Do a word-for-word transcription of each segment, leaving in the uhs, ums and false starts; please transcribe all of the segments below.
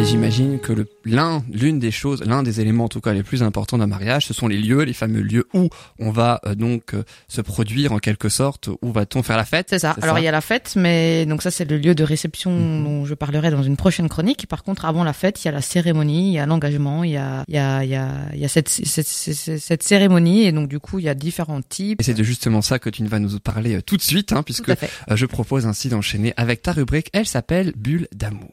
j'imagine que le, l'un, l'une des choses, l'un des éléments en tout cas les plus importants d'un mariage, ce sont les lieux, les fameux lieux où on va euh, donc euh, se produire en quelque sorte, où va-t-on faire la fête. C'est ça. C'est Alors il y a la fête, mais donc ça c'est le lieu de réception mmh. dont je parlerai dans une prochaine chronique. Par contre, avant la fête, il y a la cérémonie, il y a l'engagement, il y a il y a il y a il y a cette cette, cette cette cérémonie et donc du coup il y a différents types. Et c'est de justement ça que tu vas nous parler euh, tout de suite, hein, puisque euh, je propose ainsi d'enchaîner avec ta rubrique. Elle s'appelle Bulle d'amour.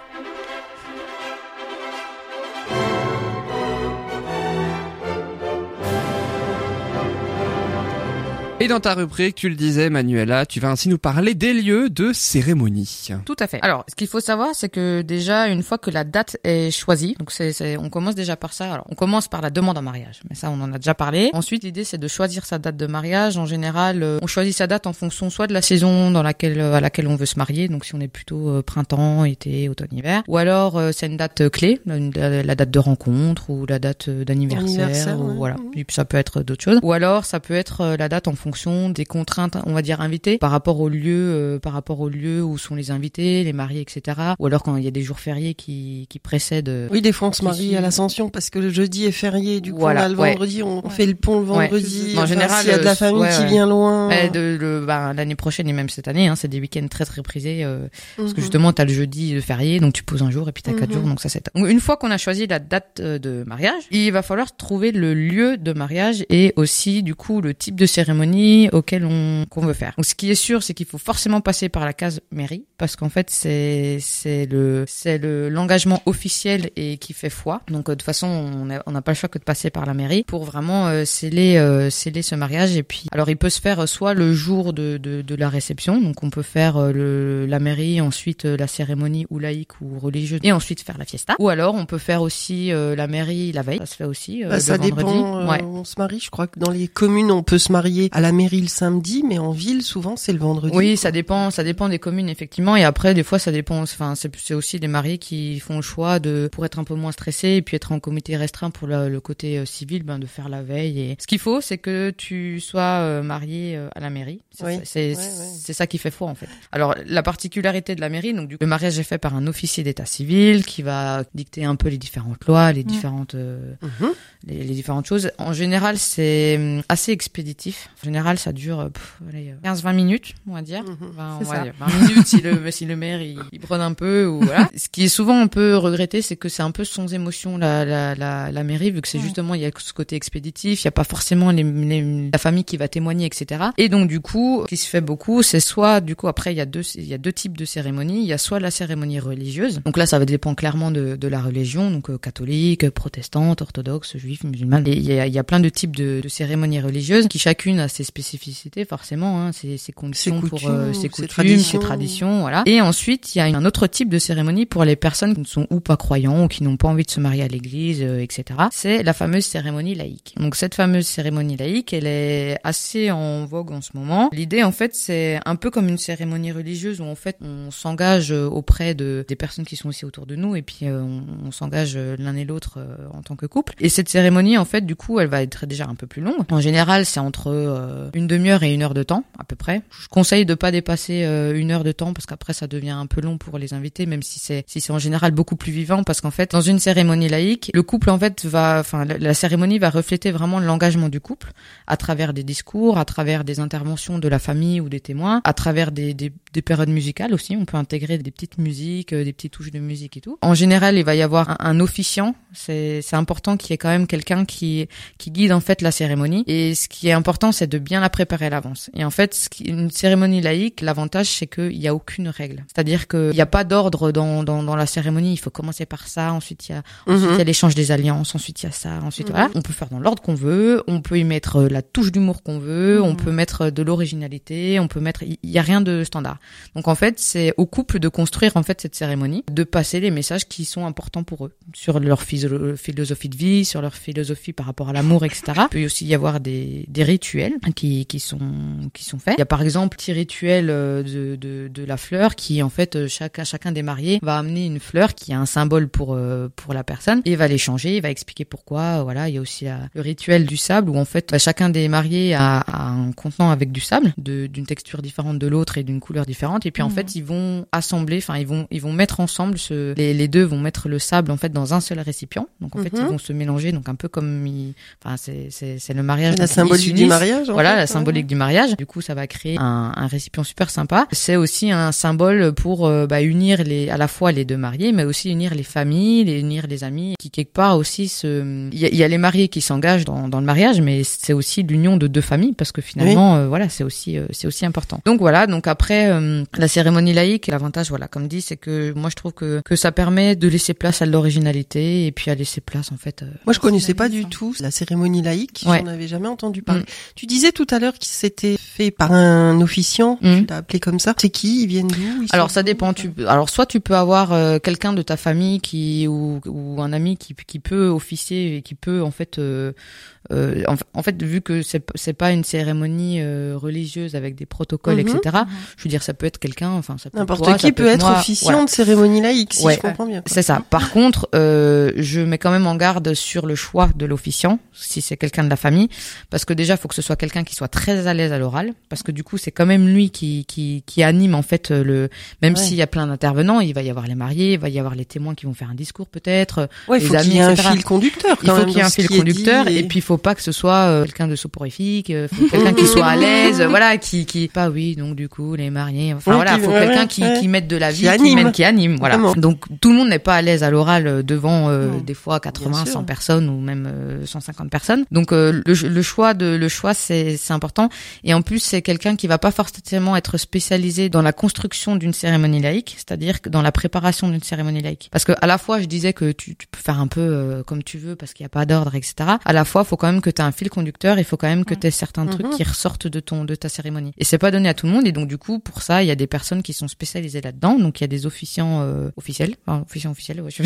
Et dans ta rubrique, tu le disais, Manuela, tu vas ainsi nous parler des lieux de cérémonie. Tout à fait. Alors, ce qu'il faut savoir, c'est que déjà, une fois que la date est choisie, donc c'est, c'est, on commence déjà par ça. Alors, on commence par la demande en mariage, mais ça, on en a déjà parlé. Ensuite, l'idée, c'est de choisir sa date de mariage. En général, euh, on choisit sa date en fonction soit de la saison dans laquelle, à laquelle on veut se marier. Donc, si on est plutôt euh, printemps, été, automne, hiver. Ou alors, euh, c'est une date clé, une, la, la date de rencontre ou la date d'anniversaire. Anniversaire, ou, ouais. Voilà. Et puis, ça peut être d'autres choses. Ou alors, ça peut être euh, la date en fonction des contraintes, on va dire invitées, par rapport au lieu, euh, par rapport au lieu où sont les invités, les mariés, et cetera. Ou alors quand il y a des jours fériés qui qui précèdent. Euh, oui, des fois on se marie à l'Ascension parce que le jeudi est férié, du coup voilà, on a le vendredi, ouais. on ouais. fait le pont le vendredi. Ouais. En général, s'il y a de la famille ouais, qui ouais. vient loin. Ouais, de, le, bah, l'année prochaine et même cette année, hein, c'est des week-ends très très prisés euh, mm-hmm. parce que justement t'as le jeudi de férié, donc tu poses un jour et puis t'as mm-hmm. quatre jours, donc ça c'est. Donc, une fois qu'on a choisi la date de mariage, il va falloir trouver le lieu de mariage et aussi du coup le type de cérémonie auquel on qu'on veut faire. Donc ce qui est sûr, c'est qu'il faut forcément passer par la case mairie parce qu'en fait c'est c'est le c'est le l'engagement officiel et qui fait foi. Donc de toute façon, on a, on n'a pas le choix que de passer par la mairie pour vraiment euh, sceller euh, sceller ce mariage et puis alors il peut se faire soit le jour de de de la réception, donc on peut faire euh, le la mairie, ensuite euh, la cérémonie ou laïque ou religieuse et ensuite faire la fiesta. Ou alors on peut faire aussi euh, la mairie la veille, ça se fait aussi euh, bah, le ça vendredi. dépend, euh, ouais. On se marie, je crois que dans les communes on peut se marier à la mairie le samedi, mais en ville, souvent, c'est le vendredi. Oui, ça dépend, ça dépend des communes, effectivement. Et après, des fois, ça dépend, enfin, c'est, c'est aussi les mariés qui font le choix de, pour être un peu moins stressés et puis être en comité restreint pour le, le côté euh, civil, ben, de faire la veille. Et ce qu'il faut, c'est que tu sois euh, marié euh, à la mairie. C'est, oui. c'est, ouais, c'est, ouais. c'est ça qui fait foi, en fait. Alors, la particularité de la mairie, donc, du coup, le mariage est fait par un officier d'état civil qui va dicter un peu les différentes lois, les différentes, euh, mmh. les, les différentes choses. En général, c'est assez expéditif. En général, ça dure, pff, allez, quinze vingt minutes, on va dire. Mmh, vingt, on va dire vingt minutes si le, si le maire, il, il brode un peu, ou voilà. Ce qui est souvent un peu regretté, c'est que c'est un peu sans émotion, la, la, la, la mairie, vu que c'est mmh. justement, il y a ce côté expéditif, il y a pas forcément les, les, la famille qui va témoigner, et cetera. Et donc, du coup, ce qui se fait beaucoup, c'est soit, du coup, après, il y a deux, il y a deux types de cérémonies. Il y a soit la cérémonie religieuse. Donc là, ça va dépendre clairement de, de la religion, donc, euh, catholique, protestante, orthodoxe, juif, musulmane. Et il y a, il y a plein de types de, de cérémonies religieuses qui chacune a ses spécificités, forcément, hein, ses, ses conditions coutumes, pour euh, ses coutumes, ses traditions. ses traditions, voilà. Et ensuite, il y a un autre type de cérémonie pour les personnes qui ne sont ou pas croyants ou qui n'ont pas envie de se marier à l'église, euh, et cetera. C'est la fameuse cérémonie laïque. Donc cette fameuse cérémonie laïque, elle est assez en vogue en ce moment. L'idée, en fait, c'est un peu comme une cérémonie religieuse où en fait on s'engage auprès de des personnes qui sont aussi autour de nous et puis euh, on, on s'engage l'un et l'autre euh, en tant que couple. Et cette cérémonie, en fait, du coup, elle va être déjà un peu plus longue. En général, c'est entre euh, une demi-heure et une heure de temps à peu près. Je conseille de pas dépasser euh, une heure de temps parce qu'après ça devient un peu long pour les invités, même si c'est si c'est en général beaucoup plus vivant parce qu'en fait dans une cérémonie laïque, le couple en fait va, enfin la, la cérémonie va refléter vraiment l'engagement du couple à travers des discours, à travers des interventions de la famille ou des témoins, à travers des des, des périodes musicales aussi. On peut intégrer des petites musiques, des petites touches de musique et tout. En général, il va y avoir un, un officiant. C'est c'est important qu'il y ait quand même quelqu'un qui qui guide en fait la cérémonie. Et ce qui est important, c'est de bien la préparer à l'avance. Et en fait, ce qui, une cérémonie laïque, l'avantage, c'est qu'il y a aucune règle. C'est-à-dire qu'il n'y a pas d'ordre dans, dans, dans la cérémonie. Il faut commencer par ça. Ensuite, il y a, mm-hmm. ensuite, il y a l'échange des alliances. Ensuite, il y a ça. Ensuite, mm-hmm. voilà. On peut faire dans l'ordre qu'on veut. On peut y mettre la touche d'humour qu'on veut. Mm-hmm. On peut mettre de l'originalité. On peut mettre, il y a rien de standard. Donc, en fait, c'est au couple de construire, en fait, cette cérémonie, de passer les messages qui sont importants pour eux. Sur leur philo- philosophie de vie, sur leur philosophie par rapport à l'amour, et cetera. Il peut aussi y avoir des, des rituels qui qui sont qui sont faits. Il y a par exemple petit rituel de de de la fleur qui en fait chacun chacun des mariés va amener une fleur qui a un symbole pour pour la personne et va l'échanger, il va expliquer pourquoi. Voilà, il y a aussi la, le rituel du sable où en fait bah, chacun des mariés a, a un contenant avec du sable de d'une texture différente de l'autre et d'une couleur différente et puis en mmh. fait ils vont assembler, enfin ils vont ils vont mettre ensemble ce les les deux vont mettre le sable en fait dans un seul récipient. Donc en mmh. fait ils vont se mélanger, donc un peu comme ils, enfin c'est c'est c'est le mariage, la symbolique du mariage. Voilà, fait, la symbolique ouais. du mariage. Du coup ça va créer un un récipient super sympa. C'est aussi un symbole pour euh, bah, unir les à la fois les deux mariés mais aussi unir les familles, les unir les amis qui quelque part aussi se il y a, il y a les mariés qui s'engagent dans dans le mariage mais c'est aussi l'union de deux familles parce que finalement oui. euh, voilà, c'est aussi euh, c'est aussi important. Donc voilà, donc après euh, la cérémonie laïque, l'avantage voilà, comme dit, c'est que moi je trouve que que ça permet de laisser place à l'originalité et puis à laisser place en fait. Euh, moi je connaissais pas du tout la cérémonie laïque, ouais. j'en avais jamais entendu parler. Mm. Tu disais tout à l'heure qu'il s'était fait par un officiant, mm. tu l'as appelé comme ça. C'est qui? Ils viennent d'où? Ils Alors ça dépend. Tu alors soit tu peux avoir euh, quelqu'un de ta famille qui ou ou un ami qui qui peut officier et qui peut en fait euh, euh, en, en fait vu que c'est c'est pas une cérémonie euh, religieuse avec des protocoles mm-hmm. et cetera. Je veux dire ça peut être quelqu'un, enfin ça peut n'importe toi, qui peut, peut être moi, officiant voilà. de cérémonie laïque si ouais. je comprends bien. Quoi. C'est ça. Par contre, euh, je mets quand même en garde sur le choix de l'officiant si c'est quelqu'un de la famille parce que déjà il faut que ce soit quelqu'un qui soit très à l'aise à l'oral parce que du coup c'est quand même lui qui qui qui anime en fait le même ouais. s'il y a plein d'intervenants, il va y avoir les mariés, il va y avoir les témoins qui vont faire un discours peut-être, ouais, les faut amis, qu'il y ait un fil conducteur. Il faut qu'il y ait un fil conducteur et... et puis il faut pas que ce soit euh, quelqu'un de soporifique, euh, faut quelqu'un qui soit à l'aise, voilà, qui qui pas oui donc du coup les mariés, enfin oui, voilà, il faut ouais, quelqu'un qui ouais. qui mette de la vie, qui, qui mène, qui anime, voilà. Vraiment. Donc tout le monde n'est pas à l'aise à l'oral devant euh, des fois quatre-vingts, cent personnes ou même euh, cent cinquante personnes. Donc euh, le, le choix de le choix c'est c'est important et en plus c'est quelqu'un qui va pas forcément être spécialisé dans la construction d'une cérémonie laïque, c'est-à-dire que dans la préparation d'une cérémonie laïque. Parce que à la fois je disais que tu, tu peux faire un peu euh, comme tu veux parce qu'il y a pas d'ordre, et cetera. À la fois faut quand même que tu aies un fil conducteur, il faut quand même que tu aies certains mmh. trucs qui ressortent de ton de ta cérémonie. Et c'est pas donné à tout le monde et donc du coup pour ça il y a des personnes qui sont spécialisées là-dedans. Donc il y a des officiants euh, officiels, enfin officiants officiels, ouais, je...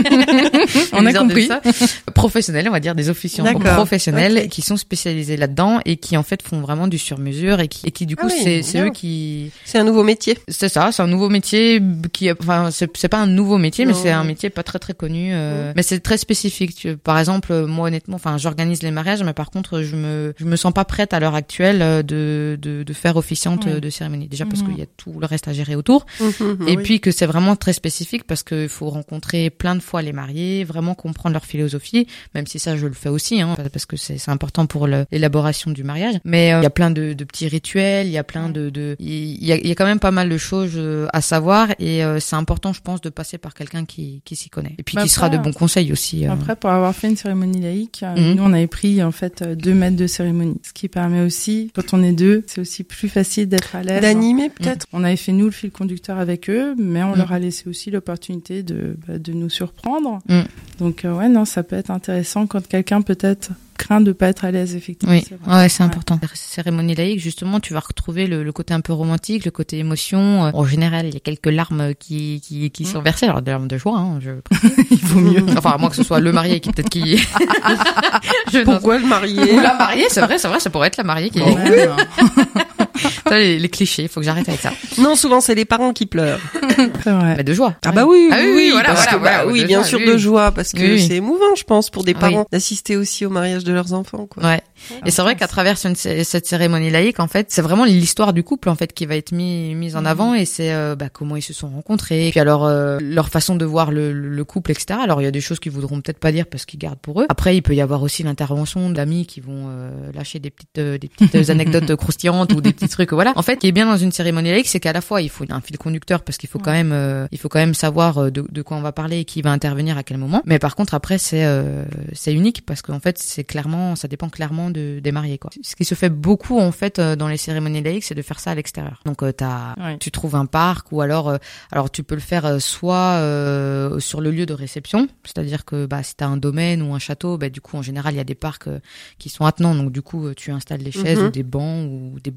on a compris. Ça. Professionnels, on va dire des officiants D'accord. professionnels okay. qui sont spécialisés là-dedans et qui en fait font vraiment du sur-mesure et qui et qui du coup ah oui, c'est c'est eux qui c'est un nouveau métier. C'est ça, c'est un nouveau métier qui enfin c'est c'est pas un nouveau métier non. mais c'est un métier pas très très connu euh, mmh. mais c'est très spécifique. Tu, par exemple, moi honnêtement, enfin j'organise les mariages mais par contre je me je me sens pas prête à l'heure actuelle de de de faire officiante mmh. de cérémonie déjà parce mmh. qu'il y a tout le reste à gérer autour mmh, et oui. puis que c'est vraiment très spécifique parce qu'il faut rencontrer plein de fois les mariés, vraiment comprendre leur philosophie, même si ça je le fais aussi hein, parce que c'est c'est important pour le, l'élaboration du mariage, mais euh, il y a plein de de petits rituels, il y a plein de de il y a il y a quand même pas mal de choses à savoir et euh, c'est important je pense de passer par quelqu'un qui qui s'y connaît et puis bah qui après, sera de bons conseils aussi. Euh... Après pour avoir fait une cérémonie laïque, mmh. nous on avait pris en fait deux maîtres de cérémonie, ce qui permet aussi quand on est deux, c'est aussi plus facile d'être à l'aise. D'animer peut-être. Mmh. On avait fait nous le fil conducteur avec eux, mais on mmh. leur a laissé aussi l'opportunité de bah, de nous surprendre. Mmh. Donc euh, ouais non, ça peut être intéressant quand quelqu'un peut-être craint de pas être à l'aise effectivement. Oui, c'est ouais, c'est ouais. important. La cérémonie laïque, justement, tu vas retrouver le, le côté un peu romantique, le côté émotion. En général, il y a quelques larmes qui qui qui mmh. sont versées, alors des larmes de joie. Hein, je... il vaut mieux. Enfin, à moins que ce soit le marié qui peut-être qui. je Pourquoi le marié? Ou la mariée, c'est vrai, c'est vrai, ça pourrait être la mariée qui. Ouais, les, les clichés, il faut que j'arrête avec ça. Non, souvent c'est les parents qui pleurent. C'est vrai. Mais de joie. Ah bah oui, ah oui, oui, oui, voilà, parce voilà, que, voilà, bah, oui, de bien joie, sûr oui. de joie, parce que oui. c'est émouvant, je pense, pour des parents oui. d'assister aussi au mariage de leurs enfants, quoi. Ouais. Et c'est vrai qu'à travers une, cette cérémonie laïque, en fait, c'est vraiment l'histoire du couple, en fait, qui va être mis, mise en avant, et c'est euh, bah, comment ils se sont rencontrés, puis alors euh, leur façon de voir le, le couple, et cetera. Alors il y a des choses qu'ils voudront peut-être pas dire parce qu'ils gardent pour eux. Après, il peut y avoir aussi l'intervention d'amis qui vont euh, lâcher des petites, euh, des petites anecdotes croustillantes ou des petits trucs, voilà. En fait, ce qui est bien dans une cérémonie laïque, c'est qu'à la fois il faut un fil conducteur parce qu'il faut quand même, euh, il faut quand même savoir de, de quoi on va parler et qui va intervenir à quel moment. Mais par contre, après, c'est euh, c'est unique parce qu'en fait, c'est clairement, ça dépend clairement de, des mariés, quoi. Ce qui se fait beaucoup en fait dans les cérémonies laïques, c'est de faire ça à l'extérieur. Donc euh, t'as, ouais. tu trouves un parc ou alors, euh, alors tu peux le faire euh, soit euh, sur le lieu de réception, c'est-à-dire que bah si t'as un domaine ou un château, bah du coup en général il y a des parcs euh, qui sont attenants, donc du coup tu installes des chaises mm-hmm. ou des bancs ou des bottes de paille.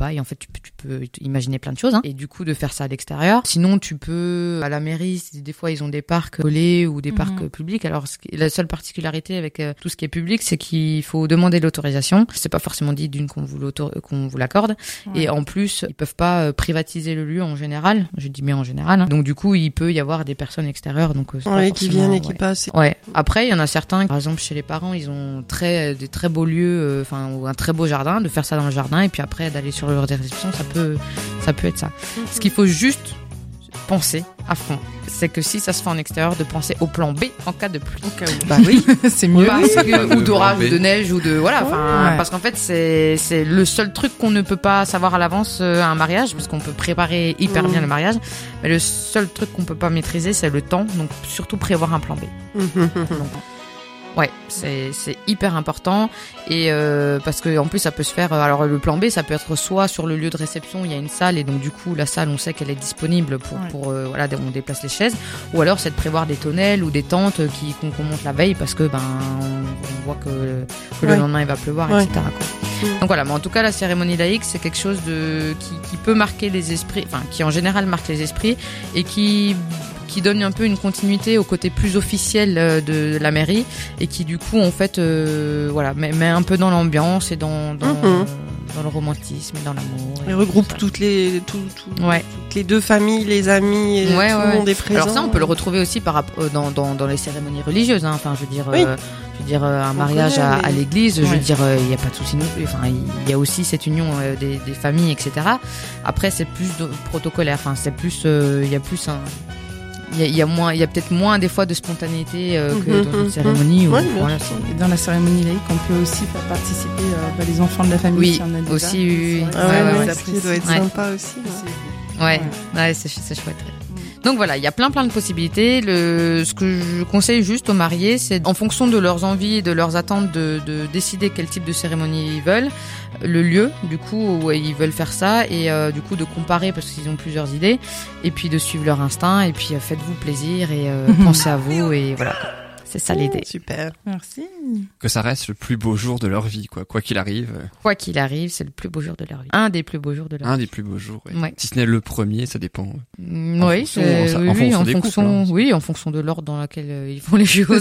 pas. Et en fait, tu peux, tu peux imaginer plein de choses. Hein. Et du coup, de faire ça à l'extérieur. Sinon, tu peux à la mairie. Des fois, ils ont des parcs collés ou des mmh. parcs publics. Alors, la seule particularité avec euh, tout ce qui est public, c'est qu'il faut demander l'autorisation. C'est pas forcément dit d'une qu'on vous qu'on vous l'accorde. Ouais. Et en plus, ils peuvent pas euh, privatiser le lieu en général. Je dis bien en général. Hein. Donc, du coup, il peut y avoir des personnes extérieures. Donc, euh, ouais, qui viennent et qui ouais. passent. Ouais. Après, il y en a certains. Par exemple, chez les parents, ils ont très des très beaux lieux, enfin, euh, ou un très beau jardin. De faire ça dans le jardin et puis après d'aller sur leur réception, ça peut, ça peut être ça. Mm-hmm. Ce qu'il faut juste penser à fond, c'est que si ça se fait en extérieur, de penser au plan B en cas de pluie. Okay. Bah oui, c'est mieux. Parce que, ou d'orage, ou de neige, ou de voilà. Enfin, ouais. Parce qu'en fait, c'est c'est le seul truc qu'on ne peut pas savoir à l'avance à un mariage, parce qu'on peut préparer hyper mmh. bien le mariage, mais le seul truc qu'on peut pas maîtriser, c'est le temps. Donc surtout prévoir un plan B. Mmh. Donc, ouais, c'est c'est hyper important et euh, parce que en plus ça peut se faire. Alors le plan B, ça peut être soit sur le lieu de réception, il y a une salle et donc du coup la salle, on sait qu'elle est disponible pour ouais. pour euh, voilà, on déplace les chaises, ou alors c'est de prévoir des tonnelles ou des tentes qui qu'on, qu'on monte la veille parce que ben on, on voit que, que ouais. le lendemain il va pleuvoir, ouais. et cetera quoi. Donc voilà, mais en tout cas la cérémonie laïque c'est quelque chose de qui qui peut marquer les esprits, enfin qui en général marque les esprits et qui qui donne un peu une continuité au côté plus officiel de la mairie et qui du coup en fait euh, voilà met, met un peu dans l'ambiance et dans dans, mm-hmm. dans le romantisme et dans l'amour et, et regroupe ça. toutes les tout, tout, ouais. toutes les deux familles, les amis et ouais, tout ouais. le monde est présent. Alors ça on peut le retrouver aussi par dans dans dans les cérémonies religieuses hein. Enfin je veux dire oui. euh, je veux dire un on mariage connaît, à, mais... à l'église, ouais. je veux dire il euh, y a pas de souci non plus. Enfin il y a aussi cette union euh, des, des familles et cetera. Après c'est plus de, protocolaire. Enfin c'est plus il euh, y a plus un Il y, a, il y a moins, il y a peut-être moins des fois de spontanéité euh, que mmh, dans une cérémonie. Mmh. Où, ouais, voilà, et dans la cérémonie laïque, on peut aussi faire participer euh, bah, les enfants de la famille. Oui, si on a des aussi. Oui, oui. Ah ouais, ouais, ouais, ouais, ça doit être ouais. sympa aussi. Ouais, ouais, ouais c'est, c'est chouette. Donc voilà, il y a plein plein de possibilités. Le, ce que je conseille juste aux mariés, c'est en fonction de leurs envies et de leurs attentes de, de décider quel type de cérémonie ils veulent, le lieu du coup où ils veulent faire ça et euh, du coup de comparer parce qu'ils ont plusieurs idées et puis de suivre leur instinct et puis euh, faites-vous plaisir et euh, pensez à vous et voilà. C'est ça l'idée. Super. Merci. Que ça reste le plus beau jour de leur vie, quoi. Quoi qu'il arrive. Quoi qu'il arrive, c'est le plus beau jour de leur vie. Un des plus beaux jours de leur Un vie. des plus beaux jours, oui. Ouais. Si ce n'est le premier, ça dépend. Mmh, oui, fonction, c'est, en, oui, en fonction en des fonction, couples, hein. oui, en fonction de l'ordre dans lequel euh, ils font les choses.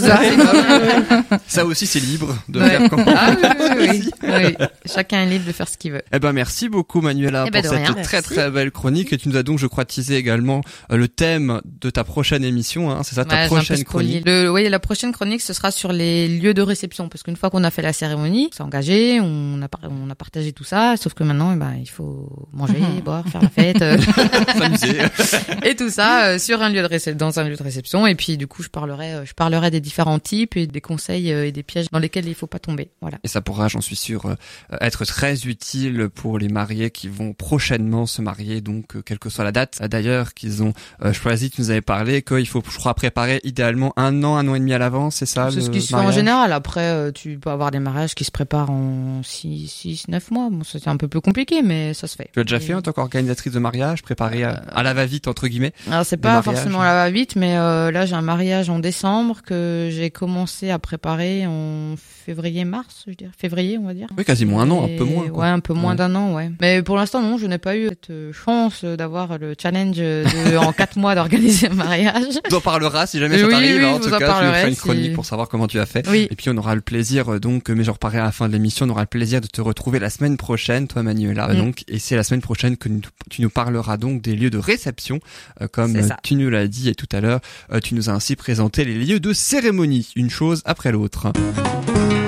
Ça aussi, c'est libre de ouais. faire comme ah, oui, oui, oui, oui. Chacun est libre de faire ce qu'il veut. Eh ben, merci beaucoup, Manuela, eh ben, pour cette rien. très, merci. très belle chronique. Et tu nous as donc, je crois, teasé également euh, le thème de ta prochaine émission, hein. C'est ça, ta ouais, prochaine chronique. Le, oui, la prochaine chronique, ce sera sur les lieux de réception. Parce qu'une fois qu'on a fait la cérémonie, on s'est engagé, on a, on a partagé tout ça. Sauf que maintenant, eh ben, il faut manger, mm-hmm. boire, faire la fête. S'amuser. Et tout ça euh, sur un lieu de réception, dans un lieu de réception. Et puis, du coup, je parlerai, euh, je parlerai des différents types et des conseils euh, et des pièges dans lesquels il faut pas tomber. Voilà. Et ça pourra, j'en suis sûr, euh, être très utile pour les mariés qui vont prochainement se marier, donc euh, quelle que soit la date. D'ailleurs, qu'ils ont euh, choisi, tu nous avais parlé qu'il faut, je crois, préparer idéalement un an, un an et demi à l'avance, c'est ça? C'est ce qui se fait en général. Après, euh, tu peux avoir des mariages qui se préparent en six, six, neuf mois. Bon, c'est un peu plus compliqué, mais ça se fait. Tu as déjà et... fait en tant qu'organisatrice de mariage, préparé à, à la va-vite, entre guillemets? Alors, c'est pas forcément à la va-vite, mais euh, là, j'ai un mariage en décembre que j'ai commencé à préparer en février, mars, je dirais. Février, on va dire. Oui, quasiment un an, et... un peu moins. Quoi. Ouais, un peu moins ouais. d'un an, ouais. Mais pour l'instant, non, je n'ai pas eu cette chance d'avoir le challenge de, en quatre mois d'organiser un mariage. Tu en parleras si jamais ça oui, t'arrive. Oui, hein, en tout cas, tu nous feras une chronique si... pour savoir comment tu as fait. Oui. Et puis, on aura le plaisir, donc, mais j'en reparlerai à la fin de l'émission, on aura le plaisir de te retrouver la semaine prochaine, toi, Manuela. Mm. Donc, et c'est la semaine prochaine que nous, tu nous parleras donc des lieux de réception, euh, comme tu nous l'as dit et tout à l'heure, euh, tu nous as ainsi présenté les lieux de cérémonie, une chose après l'autre.